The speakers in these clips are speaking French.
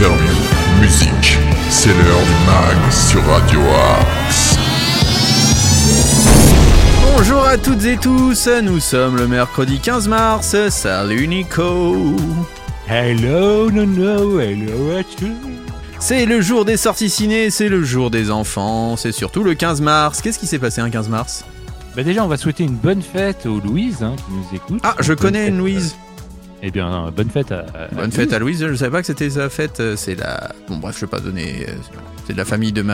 interviews, musique. C'est l'heure du mag sur Radio Axe. Bonjour à toutes et tous, nous sommes le mercredi 15 mars. Salut Nico. Hello Nono, hello à tous. C'est le jour des sorties ciné, c'est le jour des enfants, c'est surtout le 15 mars. Qu'est-ce qui s'est passé un 15 mars ? Bah déjà on va souhaiter une bonne fête aux Louise qui nous écoutent. Ah, je connais une Louise. Eh bien, bonne fête à bonne fête à Louise, je savais pas que c'était sa fête, c'est la... Bon bref, je vais pas donner... C'est de la famille de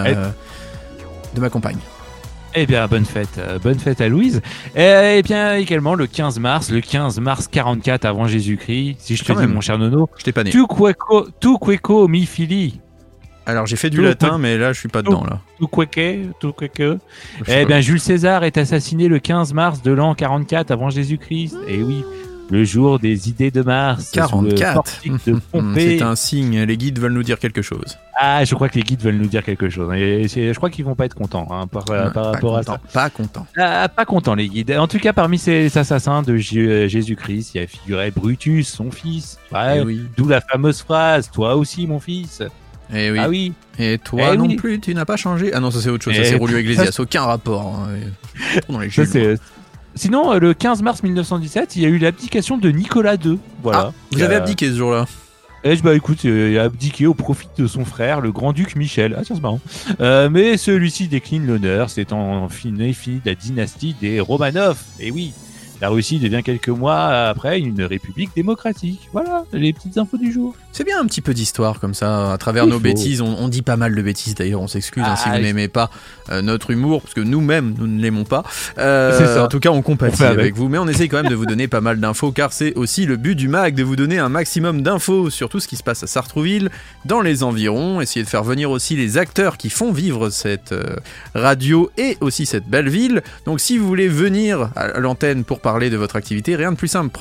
ma compagne. Eh bien, bonne fête à Louise. Et bien, également, le 15 mars 44 avant Jésus-Christ, si je te dis, mon cher Nono, je t'ai pas né. Tu queco mi fili. Alors, j'ai fait du latin, mais là, je suis pas dedans, là. Tu queque. Eh bien, Jules César est assassiné le 15 mars de l'an 44 avant Jésus-Christ. Et oui, le jour des idées de Mars. 44. De Pompée. C'est un signe, les guides veulent nous dire quelque chose. Ah, je crois que les guides veulent nous dire quelque chose. Et je crois qu'ils vont pas être contents par rapport à ça. Pas contents. Pas contents, les guides. En tout cas, parmi ces assassins de Jésus-Christ, il y a figuré Brutus, son fils. Ouais, oui. D'où la fameuse phrase « Toi aussi, mon fils ». Eh oui. Ah oui. Et toi non plus, tu n'as pas changé. Ah non, ça c'est autre chose. Ça c'est Rolio Iglesias. Aucun rapport. Dans les Sinon, le 15 mars 1917, il y a eu l'abdication de Nicolas II. Voilà. Ah, vous avez abdiqué ce jour-là ? Bah écoute, il a abdiqué au profit de son frère, le grand-duc Michel. Ah tiens, c'est marrant. Mais celui-ci décline l'honneur, c'est en fini de la dynastie des Romanov. Et oui, la Russie devient quelques mois après une république démocratique. Voilà, les petites infos du jour. C'est bien un petit peu d'histoire comme ça, à travers nos bêtises. On dit pas mal de bêtises d'ailleurs, on s'excuse si vous n'aimez pas notre humour, parce que nous-mêmes, nous ne l'aimons pas. C'est ça. En tout cas, on compatit avec vous, mais on essaye quand même de vous donner pas mal d'infos, car c'est aussi le but du mag, de vous donner un maximum d'infos sur tout ce qui se passe à Sartrouville, dans les environs, essayer de faire venir aussi les acteurs qui font vivre cette radio et aussi cette belle ville. Donc si vous voulez venir à l'antenne pour parler de votre activité, rien de plus simple,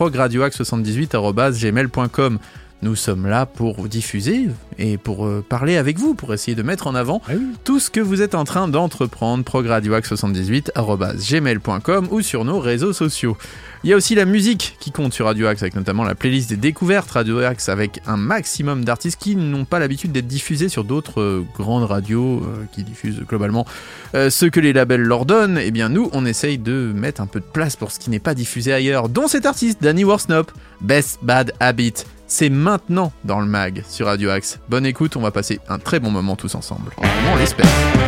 progradioaxe78@gmail.com. Nous sommes là pour vous diffuser et pour parler avec vous, pour essayer de mettre en avant tout ce que vous êtes en train d'entreprendre. progradioaxe78@gmail.com ou sur nos réseaux sociaux. Il y a aussi la musique qui compte sur Radio Axe, avec notamment la playlist des découvertes Radio Axe, avec un maximum d'artistes qui n'ont pas l'habitude d'être diffusés sur d'autres grandes radios qui diffusent globalement ce que les labels leur donnent. Eh bien nous, on essaye de mettre un peu de place pour ce qui n'est pas diffusé ailleurs, dont cet artiste, Danny Worsnop, Best Bad Habit. C'est maintenant dans le mag sur Radio Axe. Bonne écoute, on va passer un très bon moment tous ensemble. On l'espère.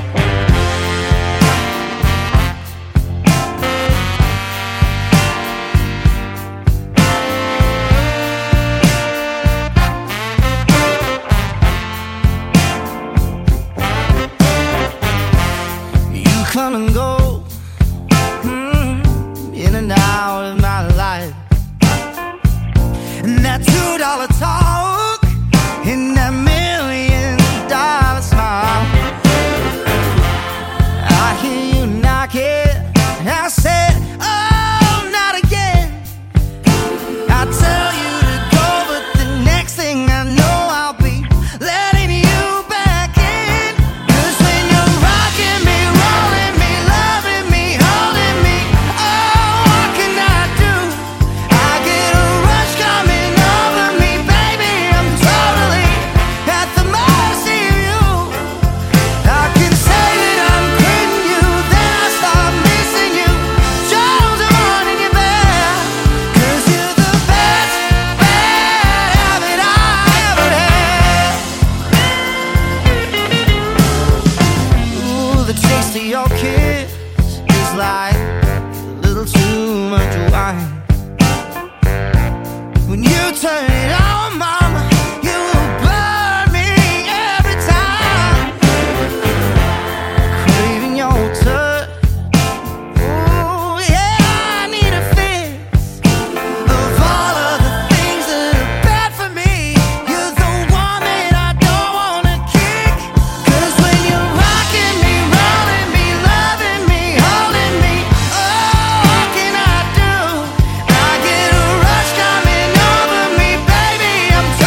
You come and go in and out of my life. And that $2 talk and that $1 million smile, I hear you knocking. I said, oh, not again. I tell you to go, but the next thing I know I'll be letting you back in. 'Cause when you're rocking me, rolling me, loving me, holding me, oh, what can I do? I get a rush coming over me, baby, I'm totally at the mercy of you. I can say that I'm quitting you, then I start missing you. Jones, I'm wanting you back, 'cause you're the best bad habit I ever had. Ooh, the taste of your kiss is like a little too much wine. When you turn it on, mama, you will burn me every time. Craving your touch. Ooh, yeah, I need a fix of all of the things that are bad for me. You're the one that I don't wanna kick. 'Cause when you're rocking me, rolling me, loving me, holding me, oh, what can I do? I get a rush coming over me, baby, I'm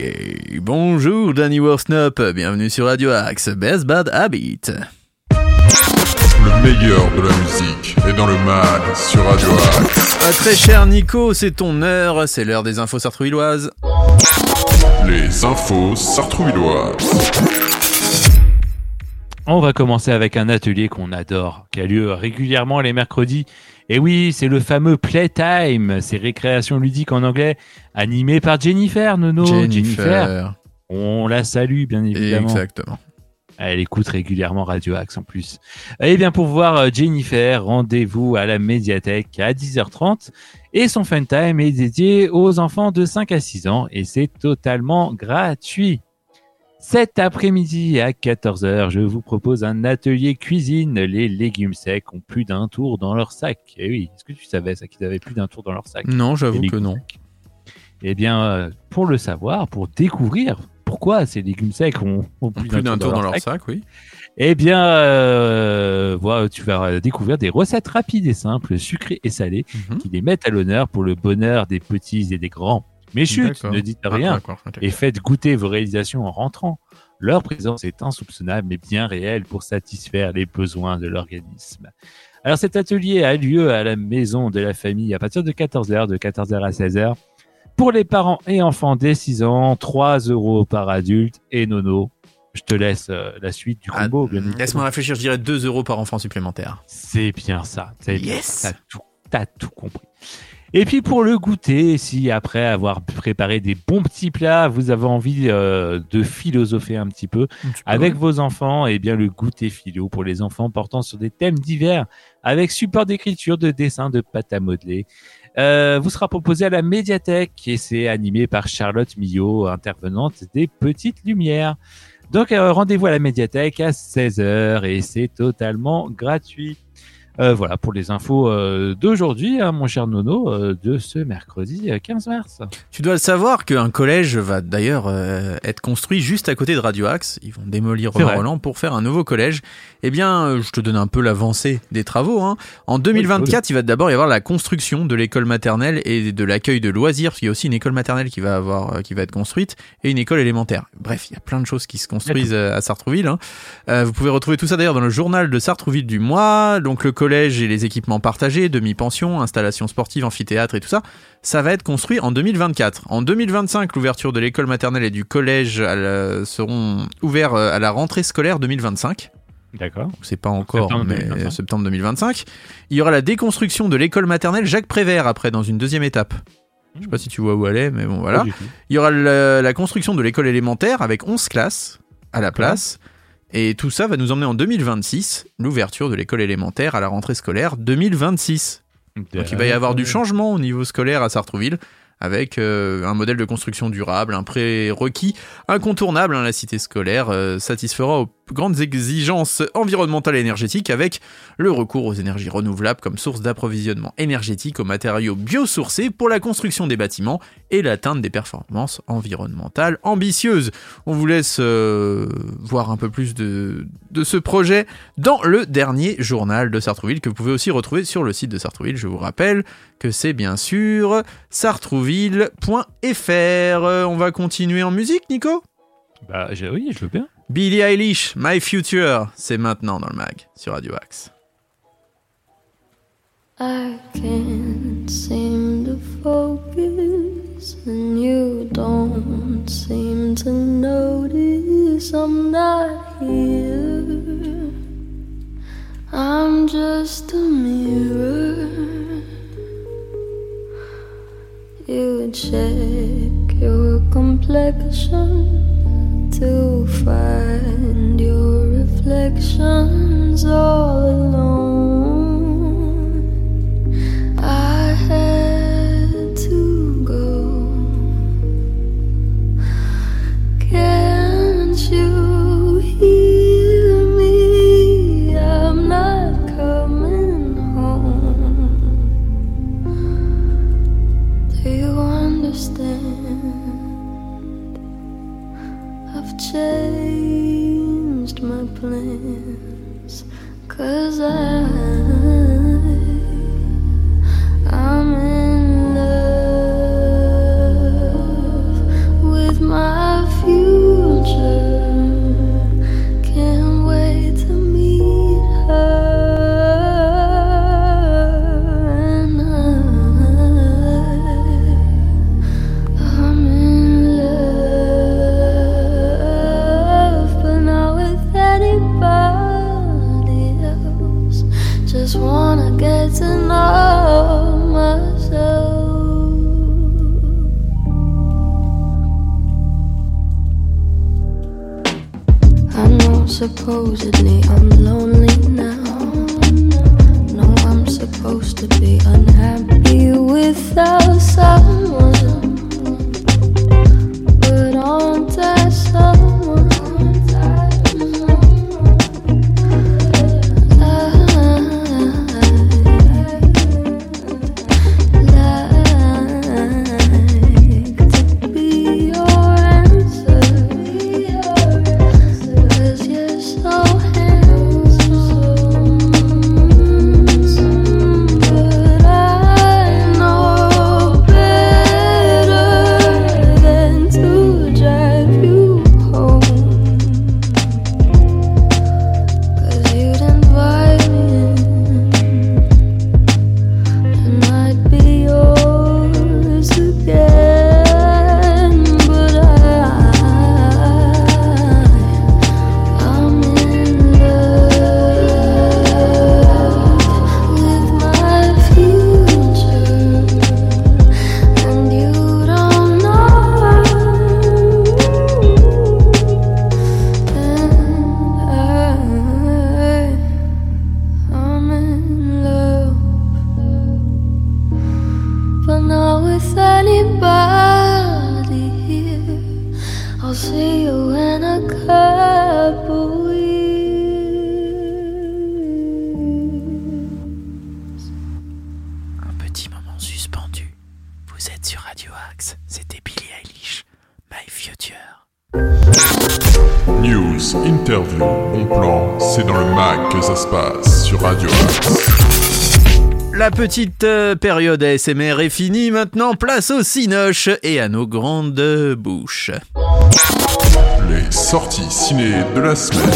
Hey, bonjour Danny Worsnop, bienvenue sur Radio Axe, Best Bad Habit. Le meilleur de la musique est dans le mag sur Radio Axe. Très cher Nico, c'est ton heure, c'est l'heure des infos sartrouvilloises. Les infos sartrouvilloises. On va commencer avec un atelier qu'on adore, qui a lieu régulièrement les mercredis. Et oui, c'est le fameux Playtime, c'est récréation ludique en anglais, animé par Jennifer, Nono. Jennifer. On la salue, bien évidemment. Exactement. Elle écoute régulièrement Radio Axe en plus. Eh bien, pour voir Jennifer, rendez-vous à la médiathèque à 10h30. Et son Fun Time est dédié aux enfants de 5 à 6 ans et c'est totalement gratuit. Cet après-midi à 14h, je vous propose un atelier cuisine. Les légumes secs ont plus d'un tour dans leur sac. Eh oui, est-ce que tu savais ça, qu'ils avaient plus d'un tour dans leur sac? Non, j'avoue que non. Eh bien, pour le savoir, pour découvrir pourquoi ces légumes secs ont plus d'un tour dans leur sac, oui. Eh bien, voilà, tu vas découvrir des recettes rapides et simples, sucrées et salées, qui les mettent à l'honneur pour le bonheur des petits et des grands. Mais chut, ne dites rien et faites goûter vos réalisations en rentrant. Leur présence est insoupçonnable mais bien réelle pour satisfaire les besoins de l'organisme. Alors cet atelier a lieu à la maison de la famille à partir de 14h, de 14h à 16h. Pour les parents et enfants dès 6 ans, 3 € par adulte. Et Nono, je te laisse la suite du combo. Laisse-moi réfléchir, je dirais 2 € par enfant supplémentaire. C'est bien ça. Yes. T'as tout compris. Et puis pour le goûter, si après avoir préparé des bons petits plats, vous avez envie de philosopher un petit peu avec vos enfants, eh bien le goûter philo pour les enfants portant sur des thèmes divers avec support d'écriture, de dessin, de pâte à modeler. Vous sera proposé à la médiathèque et c'est animé par Charlotte Millot, intervenante des Petites Lumières. Donc rendez-vous à la médiathèque à 16h et c'est totalement gratuit. Voilà pour les infos d'aujourd'hui, hein, mon cher Nono, de ce mercredi 15 mars. Tu dois le savoir qu'un collège va d'ailleurs être construit juste à côté de Radio Axe. Ils vont démolir Roland pour faire un nouveau collège. Eh bien, je te donne un peu l'avancée des travaux. Hein. En 2024, il va d'abord y avoir la construction de l'école maternelle et de l'accueil de loisirs, parce qu'il y a aussi une école maternelle qui va être construite, et une école élémentaire. Bref, il y a plein de choses qui se construisent à Sartrouville. Hein. Vous pouvez retrouver tout ça d'ailleurs dans le journal de Sartrouville du mois. Donc le collège et les équipements partagés, demi-pension, installations sportives, amphithéâtre et tout ça, ça va être construit en 2024. En 2025, l'ouverture de l'école maternelle et du collège seront ouverts à la rentrée scolaire 2025. D'accord. Donc, c'est pas encore, septembre 2025. Il y aura la déconstruction de l'école maternelle Jacques Prévert après, dans une deuxième étape. Je sais pas si tu vois où elle est, mais bon, voilà. Il y aura la construction de l'école élémentaire avec 11 classes à la place. Et tout ça va nous emmener en 2026, l'ouverture de l'école élémentaire à la rentrée scolaire 2026. Donc il va y avoir du changement au niveau scolaire à Sartrouville, avec un modèle de construction durable, un prérequis incontournable. La cité scolaire satisfera aux grandes exigences environnementales et énergétiques avec le recours aux énergies renouvelables comme source d'approvisionnement énergétique, aux matériaux biosourcés pour la construction des bâtiments et l'atteinte des performances environnementales ambitieuses. On vous laisse voir un peu plus de ce projet dans le dernier journal de Sartrouville que vous pouvez aussi retrouver sur le site de Sartrouville. Je vous rappelle que c'est bien sûr sartrouville.fr. On va continuer en musique, Nico ? Oui, je veux bien. Billie Eilish, My Future, c'est maintenant dans le mag sur Radio Axe. I can't seem to focus and you don't seem to notice I'm not here. I'm just a mirror. You check your complexion to find your reflections all alone. I had to go. Can't you hear me? I'm not coming home. Do you understand? I've changed my plans 'cause I'm in love with my supposedly I'm lonely now. No, I'm supposed to be unhappy without someone, but aren't I someone? News, interview, bon plan, c'est dans le mag que ça se passe sur Radio Axe. La petite période ASMR est finie, maintenant place au cinoche et à nos grandes bouches. Les sorties ciné de la semaine.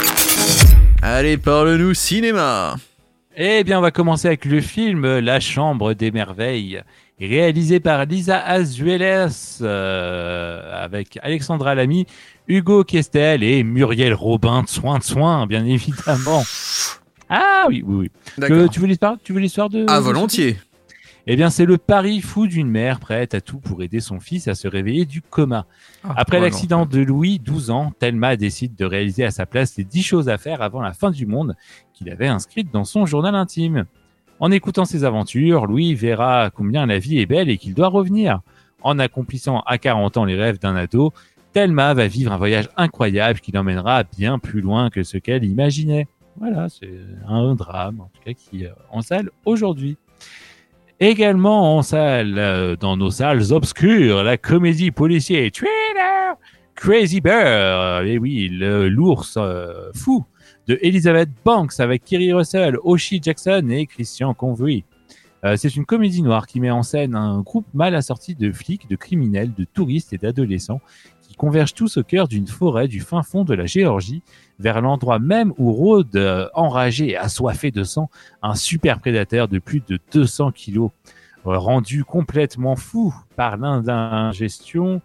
Allez, parle-nous cinéma. Eh bien, on va commencer avec le film La Chambre des Merveilles, réalisé par Lisa Azuelas, avec Alexandra Lamy, Hugo Questel et Muriel Robin de Soin, bien évidemment. Ah oui. D'accord. Tu veux l'histoire de... Ah, volontiers. Eh bien, c'est le pari fou d'une mère prête à tout pour aider son fils à se réveiller du coma. Après l'accident de Louis, 12 ans, Thelma décide de réaliser à sa place les 10 choses à faire avant la fin du monde qu'il avait inscrites dans son journal intime. En écoutant ses aventures, Louis verra combien la vie est belle et qu'il doit revenir. En accomplissant à 40 ans les rêves d'un ado, Thelma va vivre un voyage incroyable qui l'emmènera bien plus loin que ce qu'elle imaginait. Voilà, c'est un drame, en tout cas, qui est en salle aujourd'hui. Également en salle, dans nos salles obscures, la comédie policière Thriller Crazy Bird, et oui, l'ours fou de Elizabeth Banks avec Kerry Russell, Oshie Jackson et Christian Convery. C'est une comédie noire qui met en scène un groupe mal assorti de flics, de criminels, de touristes et d'adolescents qui convergent tous au cœur d'une forêt du fin fond de la Géorgie, vers l'endroit même où rôde, enragé et assoiffé de sang, un super prédateur de plus de 200 kilos, rendu complètement fou par l'ingestion.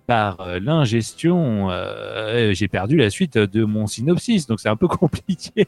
J'ai perdu la suite de mon synopsis, donc c'est un peu compliqué.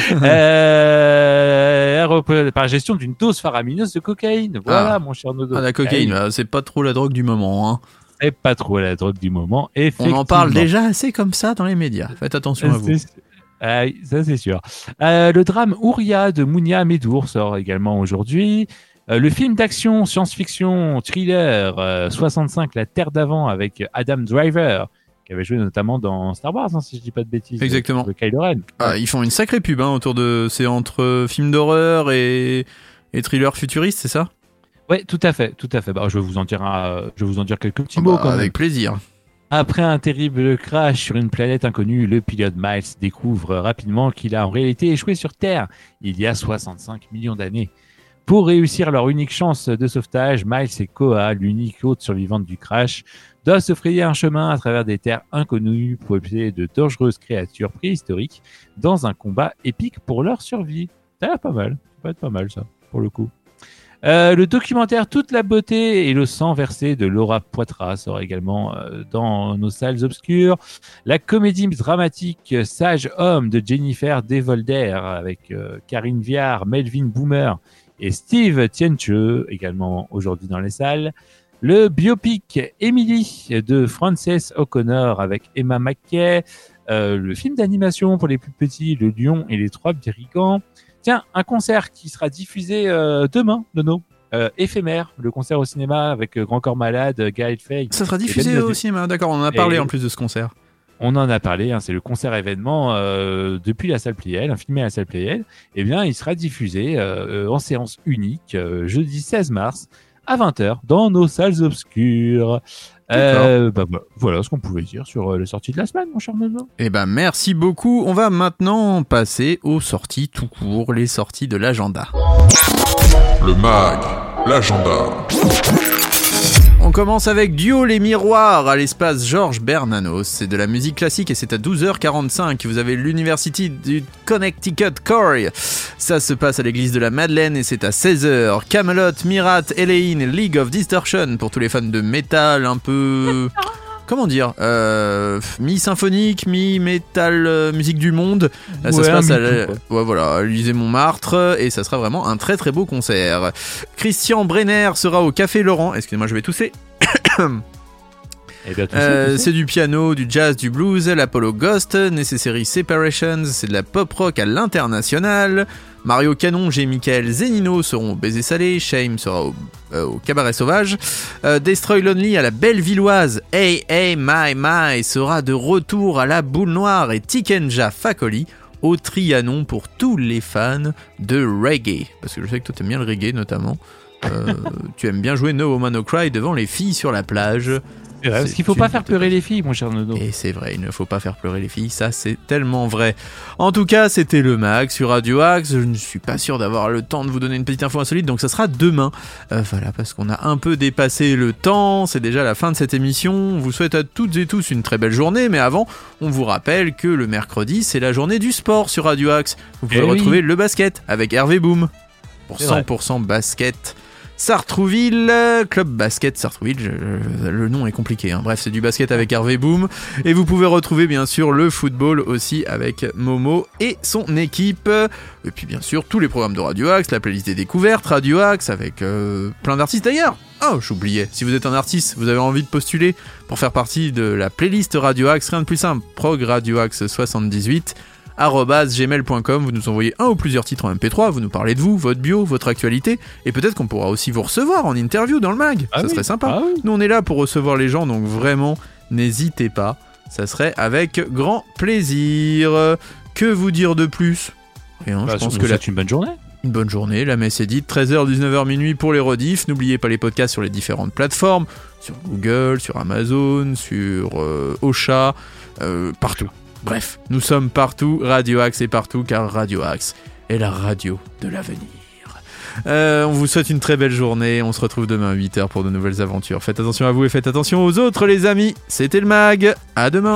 Par gestion d'une dose faramineuse de cocaïne. Voilà, mon cher Nodo. Ah, la cocaïne, c'est pas trop la drogue du moment, hein. C'est pas trop la drogue du moment, On effectivement. en parle déjà assez comme ça dans les médias. Faites attention à vous. Ça, c'est sûr. Le drame Ouria de Mounia Medour sort également aujourd'hui. Le film d'action, science-fiction, thriller 65, La Terre d'avant, avec Adam Driver, qui avait joué notamment dans Star Wars, hein, si je dis pas de bêtises. Exactement. De Kylo Ren. Ah, ils font une sacrée pub autour de... C'est entre film d'horreur et thriller futuriste, c'est ça? Ouais, tout à fait. Bah, je vais vous en dire quelques petits mots quand même. Avec plaisir. Après un terrible crash sur une planète inconnue, le pilote Miles découvre rapidement qu'il a en réalité échoué sur Terre il y a 65 millions d'années. Pour réussir leur unique chance de sauvetage, Miles et Koa, l'unique hôte survivante du crash, doivent se frayer un chemin à travers des terres inconnues peuplées de dangereuses créatures préhistoriques dans un combat épique pour leur survie. Ça a l'air pas mal. Ça peut être pas mal, ça, pour le coup. Le documentaire Toute la beauté et le sang versé de Laura Poitras sort également dans nos salles obscures. La comédie dramatique Sage Homme de Jennifer Devolder avec Karine Viard, Melvin Boomer et Steve Tienche également aujourd'hui dans les salles. Le biopic Emily de Frances O'Connor avec Emma Mackey, le film d'animation pour les plus petits, Le Lion et les Trois Brigands. Tiens, un concert qui sera diffusé demain, Nono. Éphémère, le concert au cinéma avec Grand Corps Malade, Gaël Faye. Ça sera diffusé au cinéma, d'accord, on en a parlé en plus de ce concert. On en a parlé, hein, c'est le concert événement depuis la salle Playel, filmé à la salle Playel. Eh bien, il sera diffusé en séance unique jeudi 16 mars à 20h dans nos salles obscures. Voilà ce qu'on pouvait dire sur les sorties de la semaine, mon cher Nono. Eh ben, merci beaucoup. On va maintenant passer aux sorties tout court, les sorties de l'agenda. Le mag, l'agenda. On commence avec Duo les Miroirs à l'espace Georges Bernanos. C'est de la musique classique et c'est à 12h45. Vous avez l'University du Connecticut Corey. Ça se passe à l'église de la Madeleine et c'est à 16h. Camelot, Mirat, Elaine, League of Distortion pour tous les fans de métal un peu... Comment dire, mi-symphonique, mi-métal, musique du monde. Ça se passe à l'Élysée Montmartre et ça sera vraiment un très très beau concert. Christian Brenner sera au Café Laurent. Excusez-moi, je vais tousser. C'est du piano, du jazz, du blues, l'Apollo Ghost, Necessary Separations, c'est de la pop rock à l'international. Mario Canonge et Michael Zenino seront au Baiser Salé, Shame sera au Cabaret Sauvage, Destroy Lonely à la Bellevilloise, Hey Hey My My sera de retour à la Boule Noire et Tikenja Fakoli au Trianon pour tous les fans de reggae. Parce que je sais que toi t'aimes bien le reggae notamment. Tu aimes bien jouer No Woman No Cry devant les filles sur la plage. C'est vrai, parce qu'il faut pas faire pleurer les filles, mon cher Nono. Et c'est vrai, il ne faut pas faire pleurer les filles, ça c'est tellement vrai. En tout cas, c'était le mag sur Radio Axe. Je ne suis pas sûr d'avoir le temps de vous donner une petite info insolite, donc ça sera demain. Voilà, parce qu'on a un peu dépassé le temps, c'est déjà la fin de cette émission. On vous souhaite à toutes et tous une très belle journée, mais avant, on vous rappelle que le mercredi, c'est la journée du sport sur Radio Axe. Vous pouvez retrouver le basket avec Hervé Boom pour 100% basket. Sartrouville, Club Basket Sartrouville, le nom est compliqué, hein. Bref, c'est du basket avec Hervé Boom. Et vous pouvez retrouver bien sûr le football aussi avec Momo et son équipe. Et puis bien sûr tous les programmes de Radio Axe, la playlist des découvertes Radio Axe avec plein d'artistes d'ailleurs. Oh, j'oubliais, si vous êtes un artiste, vous avez envie de postuler pour faire partie de la playlist Radio Axe, rien de plus simple, prog Radio Axe 78 @gmail.com, vous nous envoyez un ou plusieurs titres en MP3, vous nous parlez de vous, votre bio, votre actualité, et peut-être qu'on pourra aussi vous recevoir en interview dans le mag, ça serait sympa. Nous on est là pour recevoir les gens, donc vraiment n'hésitez pas, ça serait avec grand plaisir. Que vous dire de plus? Rien, je pense que c'est une bonne journée. Une bonne journée, la messe est dite, 13h, 19h minuit pour les rediffs. N'oubliez pas les podcasts sur les différentes plateformes, sur Google, sur Amazon, sur Ocha, partout. Bref, nous sommes partout, Radio Axe est partout, car Radio Axe est la radio de l'avenir. On vous souhaite une très belle journée, on se retrouve demain à 8h pour de nouvelles aventures. Faites attention à vous et faites attention aux autres les amis, c'était le mag, à demain.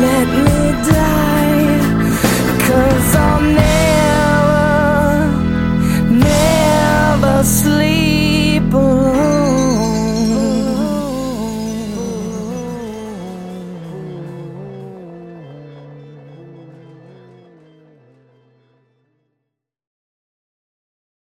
let me